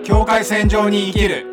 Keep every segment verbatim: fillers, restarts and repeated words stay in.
境界線上に生きる。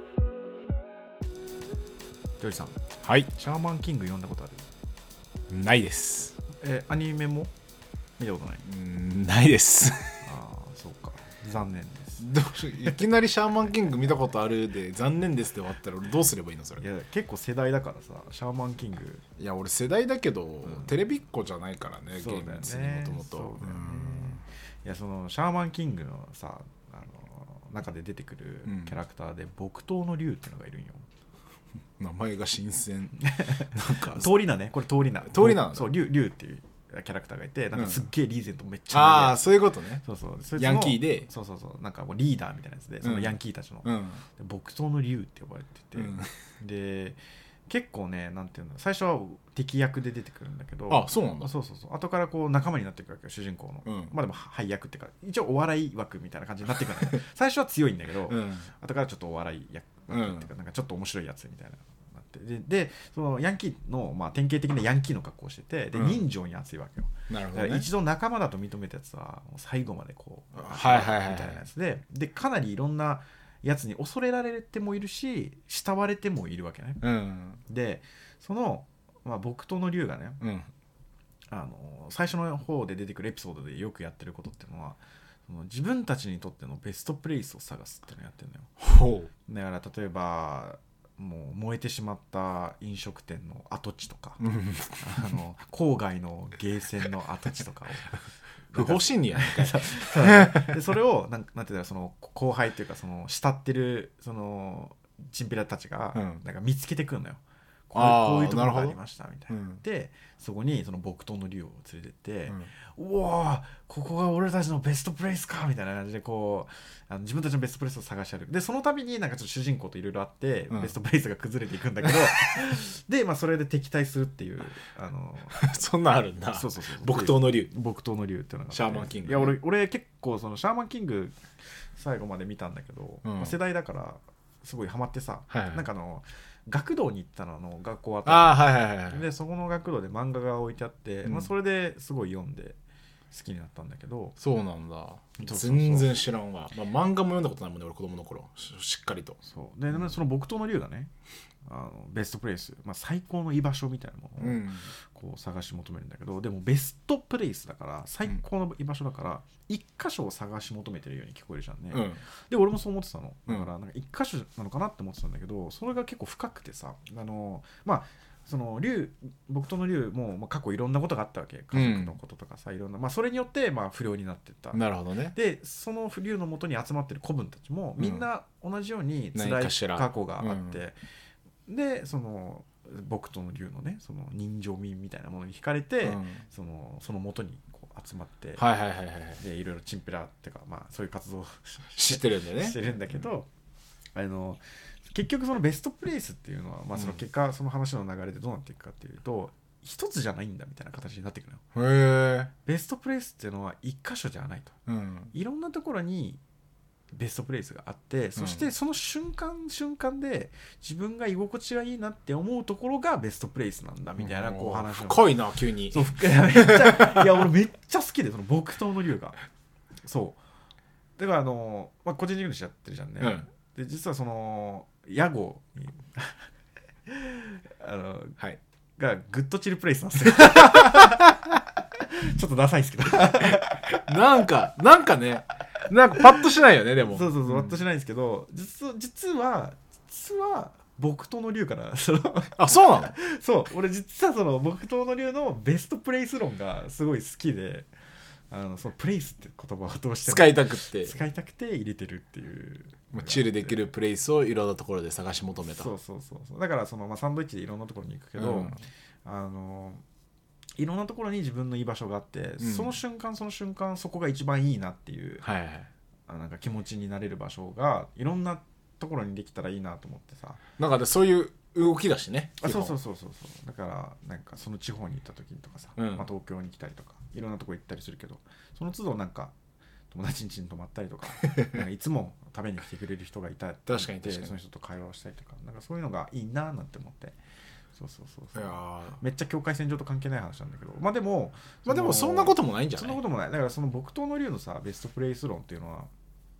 ジョージさん、 はい、 シャーマンキング読んだことある？ ないです。 えアニメも見たことない？ うーん、ないです。 ああ、そうか、残念です。 どうしいきなりシャーマンキング見たことあるで残念ですって終わったら俺どうすればいいのそれ。 いや結構世代だからさ、シャーマンキング。 いや俺世代だけど、うん、テレビっ子じゃないからね。 そうだよね、 厳密にもともと。 いやそのシャーマンキングのさ、あの中で出てくるキャラクターで、うん、木刀の竜っていうのがいるんよ。 名前が新鮮。なんか通り名ね、これ通り名。 通り名。 そう竜竜っていうキャラクターがいて、なんかすっげえリーゼントめっちゃ、 うん、ああそういうことね。 そうそうそヤンキーで、 そうそうそう、なんかもうリーダーみたいなやつで、そのヤンキーたちの、うん、木刀の竜って呼ばれてて、うん、で結構ね、なんていうの、最初は敵役で出てくるんだけど、 あそうなんだ。 そうそうそう、後からこう仲間になっていくわけよ、主人公の、うん、まあでも配役っていうか一応お笑い枠みたいな感じになっていくのよ。最初は強いんだけど、うん、後からちょっとお笑い役っていうか、なんかちょっと面白いやつみたいな。で, でそのヤンキーの、まあ、典型的なヤンキーの格好をしてて、で、うん、人情に熱いわけよ。 なるほどね、 だから一度仲間だと認めたやつはもう最後までこう、 はいはいはいはい、 みたいなやつで、でかなりいろんなやつに恐れられてもいるし慕われてもいるわけね、 うん、 でその、まあ、木刀の竜がね、うん、あの最初の方で出てくるエピソードでよくやってることっていうのは、その自分たちにとってのベストプレイスを探すっていうのをやってるのよ。 ほう。 だから例えばもう燃えてしまった飲食店の跡地とかあの郊外のゲーセンの跡地とかを不法侵入やんかでそれをなんなんていうか、その後輩っていうか、その慕ってるそのチンピラたちがなんか見つけてくるのよ、うん、こ, うこういうところがありましたみたいな、うん、でそこにその木刀の竜を連れてって、うん、うわここが俺たちのベストプレイスかみたいな感じで、こうあの自分たちのベストプレイスを探し歩く。でその度になんかちょっと主人公といろいろあって、うん、ベストプレイスが崩れていくんだけどで、まあ、それで敵対するっていうあのそんなんあるんだ。 そうそうそう、 木刀の竜木刀の竜っていうのが、 シャーマンキング、ね、 いや 俺, 俺結構そのシャーマンキング最後まで見たんだけど、うん、まあ、世代だからすごいハマってさ、はいはい、なんかあの学童に行ったのあの学校あったあ、はいはいはい、 でそこの学童で漫画が置いてあって、うん、まあ、それですごい読んで好きになったんだけど。 そうなんだ。全然知らんわ、まあ、漫画も読んだことないもんね俺、子供の頃 し, しっかりと。 そうで、その木刀の竜がね、あのベストプレイス、まあ、最高の居場所みたいなものをこう探し求めるんだけど、うん、でもベストプレイスだから最高の居場所だから一箇所を探し求めてるように聞こえるじゃんね、うん、で俺もそう思ってたのだから、なんか一箇所なのかなって思ってたんだけど、それが結構深くてさ、あのまあその竜木刀の竜も、まあ、過去いろんなことがあったわけ、家族のこととかさ、うん、いろんな、まあ、それによってまあ不良になっていった。 なるほどね。 でその竜の元に集まってる子分たちもみんな同じように辛い過去があって、うん、でその木刀の竜のね、その人情味みたいなものに惹かれて、うん、そのその元にこう集まって、 はいはいはいはい、 でいろいろチンピラっていうか、まあ、そういう活動を知ってるんだよね。 してるんだけど、あの結局そのベストプレイスっていうのは、まあ、その結果その話の流れでどうなっていくかっていうと、一つじゃないんだみたいな形になっていくのよ。 へー。 ベストプレイスっていうのは一箇所じゃないと、うん、いろんなところにベストプレイスがあって、そしてその瞬間瞬間で自分が居心地がいいなって思うところがベストプレイスなんだみたいな、こう話の深いな急に。 そう深いめっちゃいや俺めっちゃ好きで、その木刀の竜がそうだから、あの、まあ、個人事業主やってるじゃんね、うん、で実はその屋号にあの、はい、がグッドチルプレイスなんですよちょっとダサいですけどなんかなんかね、なんかパッとしないよね。でもそうそうそう、パッとしないんですけど、実, 実は実は木刀の竜からそのあ、そうなのそう、俺実はその木刀の竜のベストプレイス論がすごい好きで、あのそのプレイスって言葉をどうしても使いたくて使いたくて入れてるっていう、 チルできるプレイスをいろんなところで探し求めた。 そうそうそうそう、だからその、まあ、サンドイッチでいろんなところに行くけど、うん、あのいろんなところに自分の居場所があって、うん、その瞬間その瞬間そこが一番いいなっていう、はいはい、あなんか気持ちになれる場所がいろんなところにできたらいいなと思ってさ、 なんかそういう動きだしね。 あそうそうそうそうそう、だからなんかその地方に行った時とかさ、うん、まあ、東京に来たりとかいろんなとこ行ったりするけど、その都度なんか友達ん家に泊まったりとかなんかいつも食べに来てくれる人がいたり確かに確かに、 その人と会話をしたりとか、なんかそういうのがいいななんて思って、そうそうそうそう、いやめっちゃ境界線上と関係ない話なんだけど、まあでもまあでもそんなこともないんじゃない。 そんなこともない。だからその木刀の竜のさベストプレイス論っていうのは、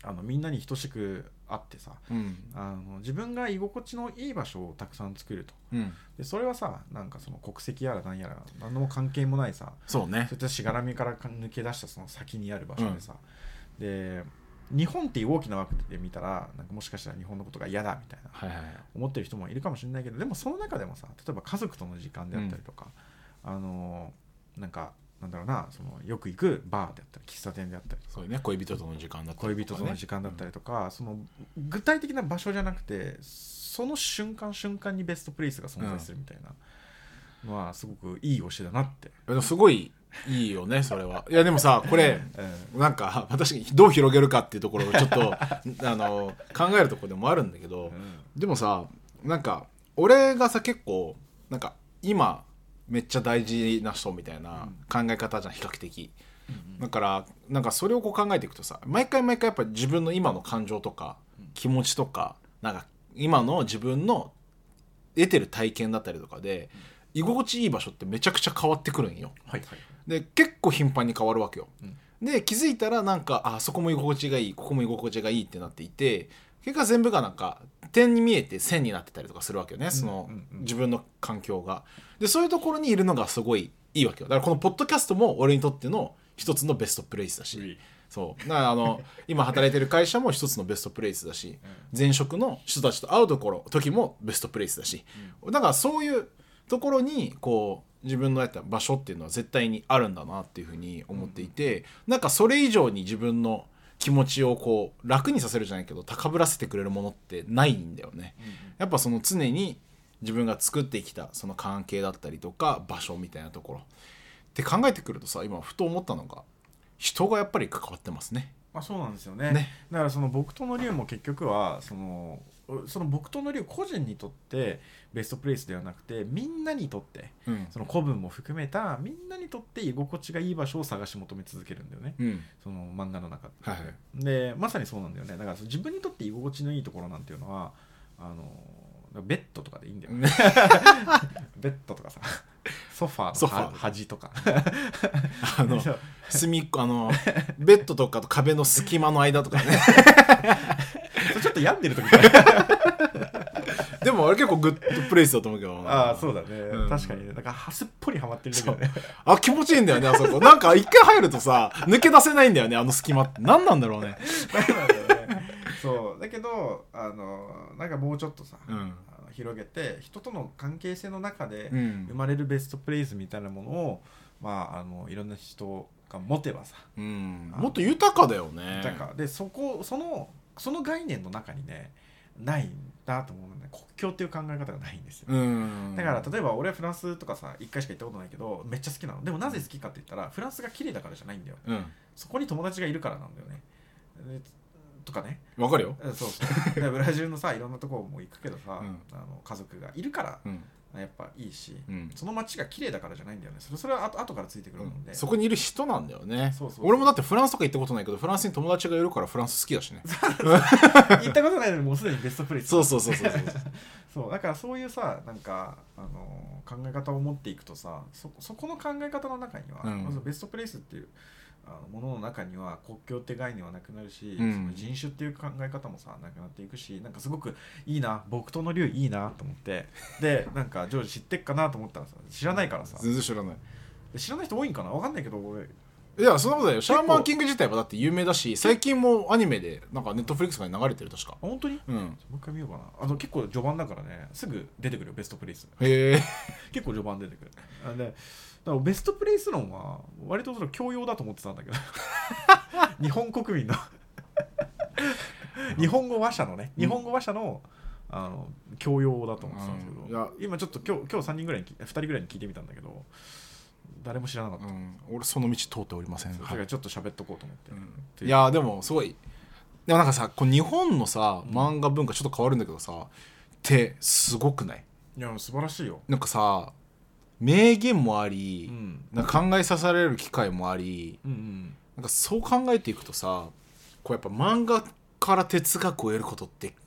あのみんなに等しくあってさ、 うん、 あの自分が居心地のいい場所をたくさん作ると、 うん、 でそれはさなんかその国籍やら何やら何の関係もないさ、 そうね、 そういったしがらみから抜け出したその先にある場所でさ、うん、で日本っていう大きな枠で見たらなんかもしかしたら日本のことが嫌だみたいな、はいはいはい、思ってる人もいるかもしれないけど、でもその中でもさ例えば家族との時間であったりとか、うん、あのなんかなんだろうなそのよく行くバーであったり喫茶店であったりとか、 そうね、恋人との時間だったりとか、ね、 恋人との時間だったりとか、うん、その具体的な場所じゃなくてその瞬間瞬間にベストプレイスが存在するみたいなのはすごくいい推しだなって、 うん、すごいいいよねそれは。いやでもさこれ、うん、なんか私どう広げるかっていうところをちょっとあの考えるところでもあるんだけど、うん、でもさなんか俺がさ結構なんか今めっちゃ大事な人みたいな考え方じゃん比較的、うん、だからなんかそれをこう考えていくとさ毎回毎回やっぱ自分の今の感情とか気持ちとかなんか今の自分の得てる体験だったりとかで居心地いい場所ってめちゃくちゃ変わってくるんよ、はいはい、で結構頻繁に変わるわけよ、うん、で気づいたらなんかあそこも居心地がいいここも居心地がいいってなっていて結果全部がなんか点に見えて線になってたりとかするわけよね、その、うんうんうん、自分の環境がでそういうところにいるのがすごいいいわけよ。だからこのポッドキャストも俺にとっての一つのベストプレイスだし、うん、そうだからあの今働いてる会社も一つのベストプレイスだし、うん、前職の人たちと会うところ時もベストプレイスだし、うん、だからそういうところにこう自分のやった場所っていうのは絶対にあるんだなっていうふうに思っていて、うん、なんかそれ以上に自分の気持ちをこう楽にさせるじゃないけど高ぶらせてくれるものってないんだよね、うんうん、やっぱその常に自分が作ってきたその関係だったりとか場所みたいなところって考えてくるとさ今ふと思ったのが人がやっぱり関わってますね。 まあ、そうなんですよ ね, ねだからその木刀の竜も結局はそのその木刀の竜個人にとってベストプレイスではなくてみんなにとって、うん、その古文も含めたみんなにとって居心地がいい場所を探し求め続けるんだよね、うん、その漫画の中で、はいはい、でまさにそうなんだよね。だから自分にとって居心地のいいところなんていうのはあのベッドとかでいいんだよねベッドとかさソファーの端とかあの隅っこあのベッドとかと壁の隙間の間とかねちょっと病んでる時からでもあれ結構グッドプレイスだと思うけどああそうだね、うん、確かにね。だからすっぽりハマってるんだよねあ気持ちいいんだよねあそこなんか一回入るとさ抜け出せないんだよねあの隙間って何なんだろうね何なんだろうねそうだけどあのなんかもうちょっとさ、うん、あの広げて人との関係性の中で生まれるベストプレイスみたいなものを、うん、まああのいろんな人が持てばさ、 うん、もっと豊かだよね。 豊かでそこそのその概念の中にねないんだと思うので、国境っていう考え方がないんですよ。うんだから例えば俺はフランスとかさ一回しか行ったことないけどめっちゃ好きなの。でもなぜ好きかって言ったらフランスが綺麗だからじゃないんだよ、うん、そこに友達がいるからなんだよねとかね。 わかるよ。 そうそうでブラジルのさいろんなところも行くけどさ、うん、あの家族がいるから、うんやっぱいいし、うん、その街が綺麗だからじゃないんだよね。それそれは後後からついてくるもんで、 うん、そこにいる人なんだよね。そうそうそう俺もだってフランスとか行ったことないけどフランスに友達がいるからフランス好きだしね行ったことないのにもうすでにベストプレイスそうそうそうそうそうそうだからそういうさなんかあの考え方を持っていくとさ そ, そこの考え方の中には、うん、まずベストプレイスっていうあのものの中には国境って概念はなくなるし、うん、その人種っていう考え方もさなくなっていくし、なんかすごくいいな木刀の竜いいなと思ってでなんかジョージ知ってっかなと思ったらさ知らないからさ全然知らない知らない人多いんかな分かんないけど俺いやそんなことないよ。シャーマンキング自体はだって有名だし最近もアニメでなんかネットフリックスとかに流れてる確か。 本当に、うん、もう一回見ようかな。あの結構序盤だからねすぐ出てくるよベストプレイス。 へえ結構序盤出てくるあでだからベストプレイス論は割とその教養だと思ってたんだけど日本国民の日本語話者のね、うん、日本語話者のあの教養だと思ってたんですけど、うん、いや今ちょっと今日今日さんにんぐらいにふたりぐらいに聞いてみたんだけど誰も知らなかった、うん、 俺その道通っておりません。 だからちょっと喋っとこうと思って、 うん、いやでもすごいでもなんかさこう日本のさ漫画文化ちょっと変わるんだけどさ、うん、ってすごくない？ いや素晴らしいよ。 なんかさ名言もあり、うん、なんか考えさせられる機会もあり、うんうん、なんかそう考えていくとさこうやっぱ漫画から哲学を得ることって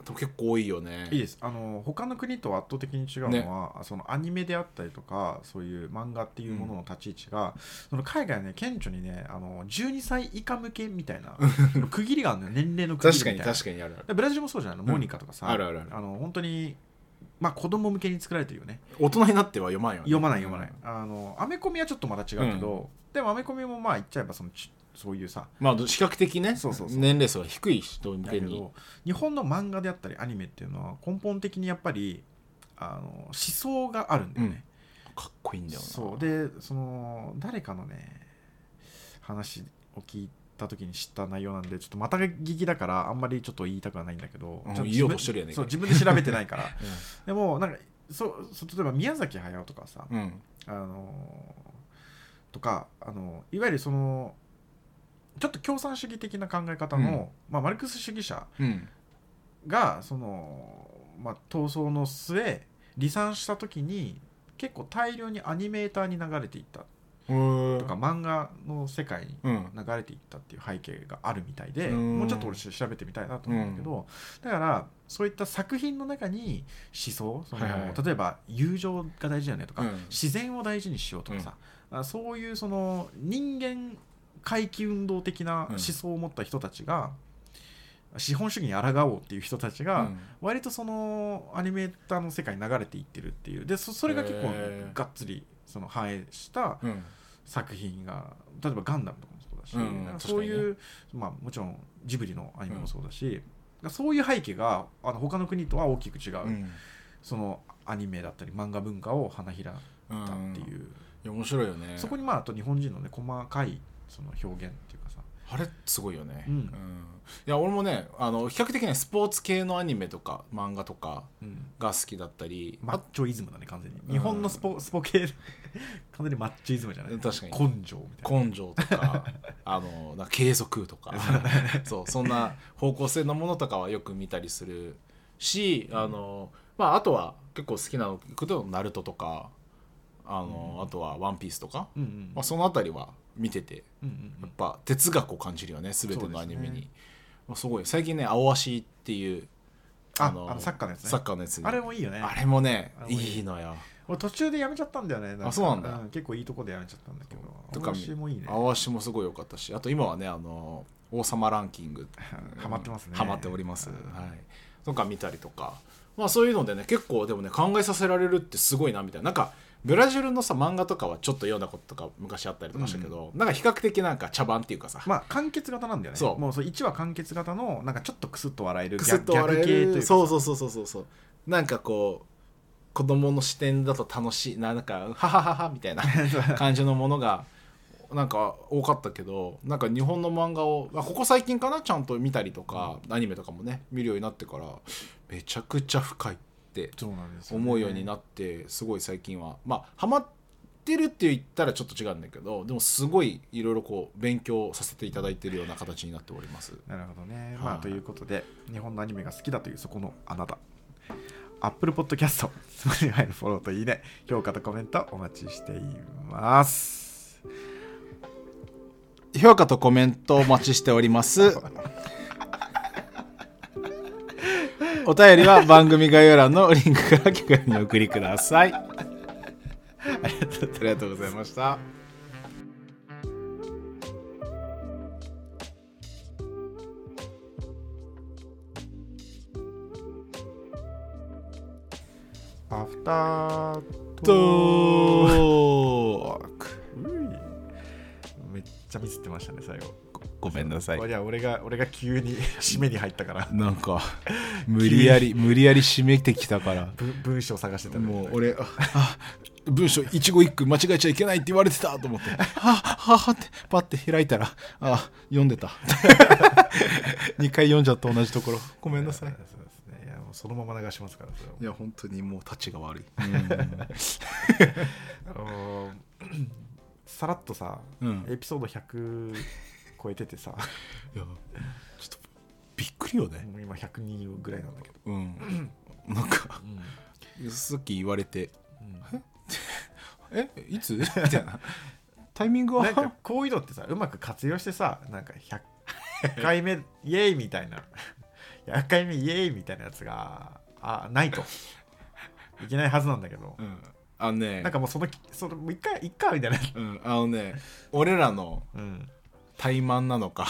結構多いよね。 いいです。あの他の国と圧倒的に違うのは、ね、そのアニメであったりとかそういう漫画っていうものの立ち位置が、うん、その海外はね顕著にねあのじゅうにさい以下向けみたいな区切りがあるのよ。年齢の区切りみたいな。確かに確かにあるある。ブラジルもそうじゃないの、モニカとかさ、 うん、あるあるある。 あの本当にまあ子供向けに作られてるよね。 大人になっては読まんよね。 読まない読まない。あのアメコミはちょっとまた違うけど、うん、でもアメコミもまあ言っちゃえばそのそういうさ、 まあ比較的ね、そうそうそう年齢層が低い人向けに。 日本の漫画であったりアニメっていうのは根本的にやっぱりあの思想があるんだよね、 うん、かっこいいんだよな。 そうでその誰かのね話を聞いた時に知った内容なんでちょっとまた聞きだからあんまりちょっと言いたくはないんだけど、 うん、言おうとしてるよね。 そう自分で調べてないから、うん、でもなんかそうそう例えば宮崎駿とかさ、うん、あのとかあのいわゆるそのちょっと共産主義的な考え方の、うんまあ、マルクス主義者が、うん、その、まあ、闘争の末離散した時に結構大量にアニメーターに流れていったとか漫画の世界に流れていったっていう背景があるみたいで、うん、もうちょっと俺調べてみたいなと思うんだけど、うん、だからそういった作品の中に思想その、はいはい、例えば友情が大事だよねとか、うん、自然を大事にしようとかさ、うん、そういうその人間回帰運動的な思想を持った人たちが、うん、資本主義に抗おうっていう人たちが、うん、割とそのアニメーターの世界に流れていってるっていうで そ, それが結構がっつりその反映した作品が、うん、例えばガンダムとかもそうだし、うん、そういう、ねまあ、もちろんジブリのアニメもそうだし、うん、そういう背景があの他の国とは大きく違う、うん、そのアニメだったり漫画文化を花開いたっていう、うん、いや面白いよね。 そこにまああと日本人のね細かいその表現っていうかさあれすごいよね、うんうん、いや俺もねあの比較的ねスポーツ系のアニメとか漫画とかが好きだったり、 うん、マッチョイズムだね完全に、うん、日本のスポ、スポ系完全にマッチョイズムじゃない。 確かに根性みたいな根性とかあのなんか継続とかそうそんな方向性のものとかはよく見たりするしあの、まあ、あとは結構好きなの行くとナルトとかあの、うん、あとはワンピースとか、うんうんまあ、そのあたりは見てて、うんうんうん、やっぱ哲学を感じるよね全てのアニメに。 す,、ね、すごい最近ね青足っていうあのあのサッカーのやつね。 サッカーのやつあれもいいよね。 あれもねいい, いいのよ。 俺途中でやめちゃったんだよね。なんかあそうなんだ、 うん、結構いいとこでやめちゃったんだけどとか青足もいいね。青足もすごい良かったしあと今はねあの王様ランキングハマってますね。 ハマっております、はい、とか見たりとかまあそういうのでね結構でもね考えさせられるってすごいなみたいな。なんかブラジルのさ漫画とかはちょっと読んだこととか昔あったりとかしたけど、うん、なんか比較的なんか茶番っていうかさまあ完結型なんだよね。そうもうそいちわ完結型のなんかちょっとクスッと笑えるクスッと笑えるギャグ系というかそうそうそうそうそうなんかこう子供の視点だと楽しいなんかハハハハみたいな感じのものがなんか多かったけどなんか日本の漫画をここ最近かなちゃんと見たりとか、うん、アニメとかもね見るようになってからめちゃくちゃ深いって思うようになってすごい最近はまあハマってるって言ったらちょっと違うんだけどでもすごいいろいろこう勉強させていただいているような形になっております。 なるほどね、はあ、まあということで日本のアニメが好きだというそこのあなたApple Podcast そこに入るフォローといいね評価とコメントお待ちしています。 評価とコメントお待ちしておりますお便りは番組概要欄のリンクから気軽にお送りくださいありがとうございました。 アフタートークめっちゃミスってましたね最後。 ごめんなさい。 いや俺が俺が急に締めに入ったからなんか無理やり無理やり締めてきたから文章探してたもう俺 あ, あ文章一語一句間違えちゃいけないって言われてたと思ってはははってパッて開いたらあ読んでたにかい読んじゃった同じところごめんなさい。 そうですね。いやもうそのまま流しますからそれいや本当にもうタチが悪いさらっとさ、うん、エピソードひゃく超えててさいやちょっとびっくりよね。 もう今ひゃくにぐらいなんだけど、 うん、なんか、うん、さっき言われて、うん、ええいつみたいなタイミングはなんかこういうのってさうまく活用してさなんかひゃっかいめイエーイみたいなひゃっかいめイエーイみたいなやつがあないといけないはずなんだけど、 うん、あのねなんかもうそのそのもう一回いっかみたいな、 うん、あのね俺らの怠慢なのか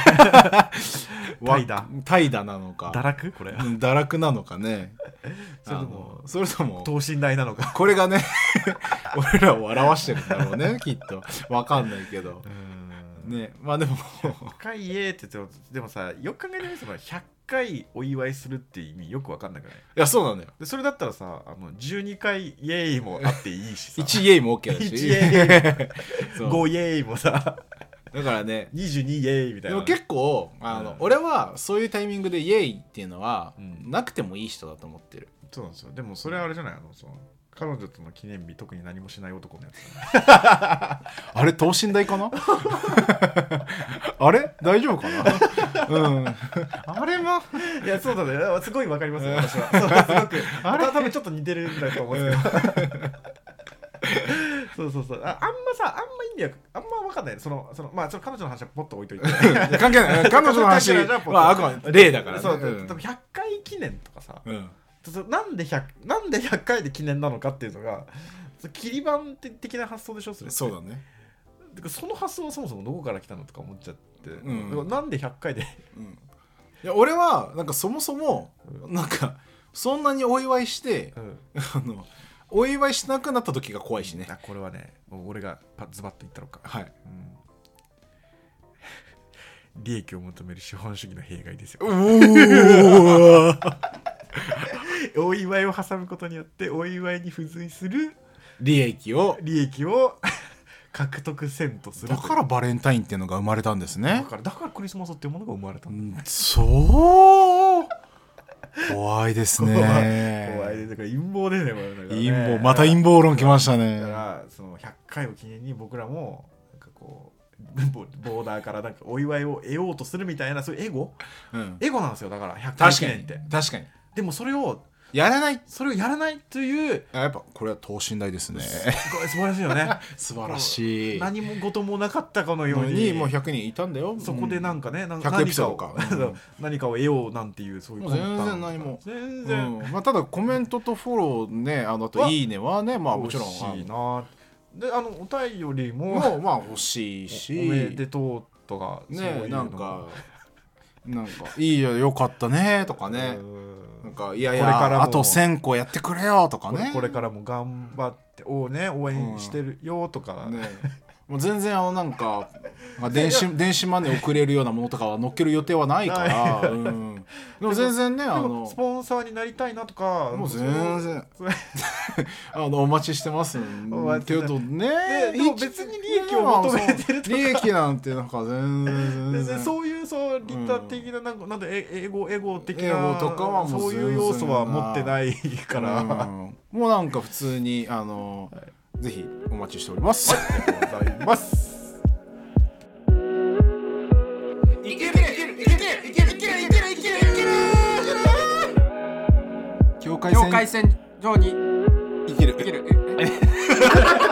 怠惰怠惰なのか堕落これ堕落なのかねそれともそれとも等身大なのかこれがね俺らを表してるんだろうねきっとわかんないけどね、まあでもひゃっかいイエーって言ってもでもさよく考えてみるとひゃっかいお祝いするって意味よくわかんなくない？ いやそうなんだよ。 でそれだったらさあのじゅうにかいイエーイもあっていいしさいちイエーイも OK だしいちイエーイごイエーイもさだからねにじゅうにイエーイみたいな。 でも結構あの、うん、俺はそういうタイミングでイエーイっていうのは、うん、なくてもいい人だと思ってる。 そうなんですよ。でもそれはあれじゃないあのその彼女との記念日特に何もしない男のやつ、ね、 あれ等身大かなあれ大丈夫かなうんあれもいやそうだねすごいわかりますよ私はそうすごくあれ多分ちょっと似てるんだと思うんですけどそうそうそうああんまさあんま意味はあんま分かんないそのそのまあその彼女の話はポッと置いといて関係ない彼女の話はあくまで例だから、ね、 そう、うん、多分ひゃっかい記念とかさ、うんなんでひゃくなんでひゃっかいで記念なのかっていうのが切り板的な発想でしょそれ。 そうだね。 だからその発想はそもそもどこから来たのとか思っちゃって、うん、だからなんでひゃっかいで、 うん、いや俺はなんかそもそもなんかそんなにお祝いして、うん、あのお祝いしなくなった時が怖いしね。 あこれはねもう俺がズバッと言ったのか。はい。うん、利益を求める資本主義の弊害ですよ。おお祝いを挟むことによってお祝いに付随する利益を利益を獲得せんとする。 だからバレンタインっていうのが生まれたんですね。 だからだからクリスマスっていうものが生まれたんだ。 そう怖いですね。 怖いです。だから陰謀ですねこれね。 陰謀また陰謀論きましたね。 だからそのひゃっかいを記念に僕らもなんかこうボーダーからなんかお祝いを得ようとするみたいなそういうエゴ、うん、エゴなんですよ。だからひゃっかい記念って確かにでもそれをやらないそれをやらないというやっぱこれは等身大ですね。 すごい素晴らしいよね素晴らしい。 何も事もなかったかのようにもうひゃくにんいたんだよ。 そこでなんかね、うん、なんかひゃくエピソードか、 何かを、うん、何かを得ようなんていうそういう全然何も全然、 うんまあ、ただコメントとフォローねあのあといいねはねまあもちろん欲しいな。であのお便りももうまあ欲しいしおめでとうとかねそういうのなんかなんかいいよよかったねとかねなんかいやいやこれからあとせんこやってくれよとかねこ, れこれからも頑張っておね応援してるよとか、 うんね、もう全然あのなんか電子電子マネー送れるようなものとかは載っける予定はないから、うん、でも全然ねあのスポンサーになりたいなとかもう全然あのお待ちしてますけどねでも別に利益を求めてるとか利益なんてなんか全然全然そういうそう利他的ななんかなんでエゴエゴ的なエゴとかはもうそういう要素は持ってないから、うん、 もうなんか普通にあの、はい、ぜひお待ちしております。 ありがとうございます。 いけるいけるいけるいけるいけるいけるいけるいけるいける境界線上にいけるいける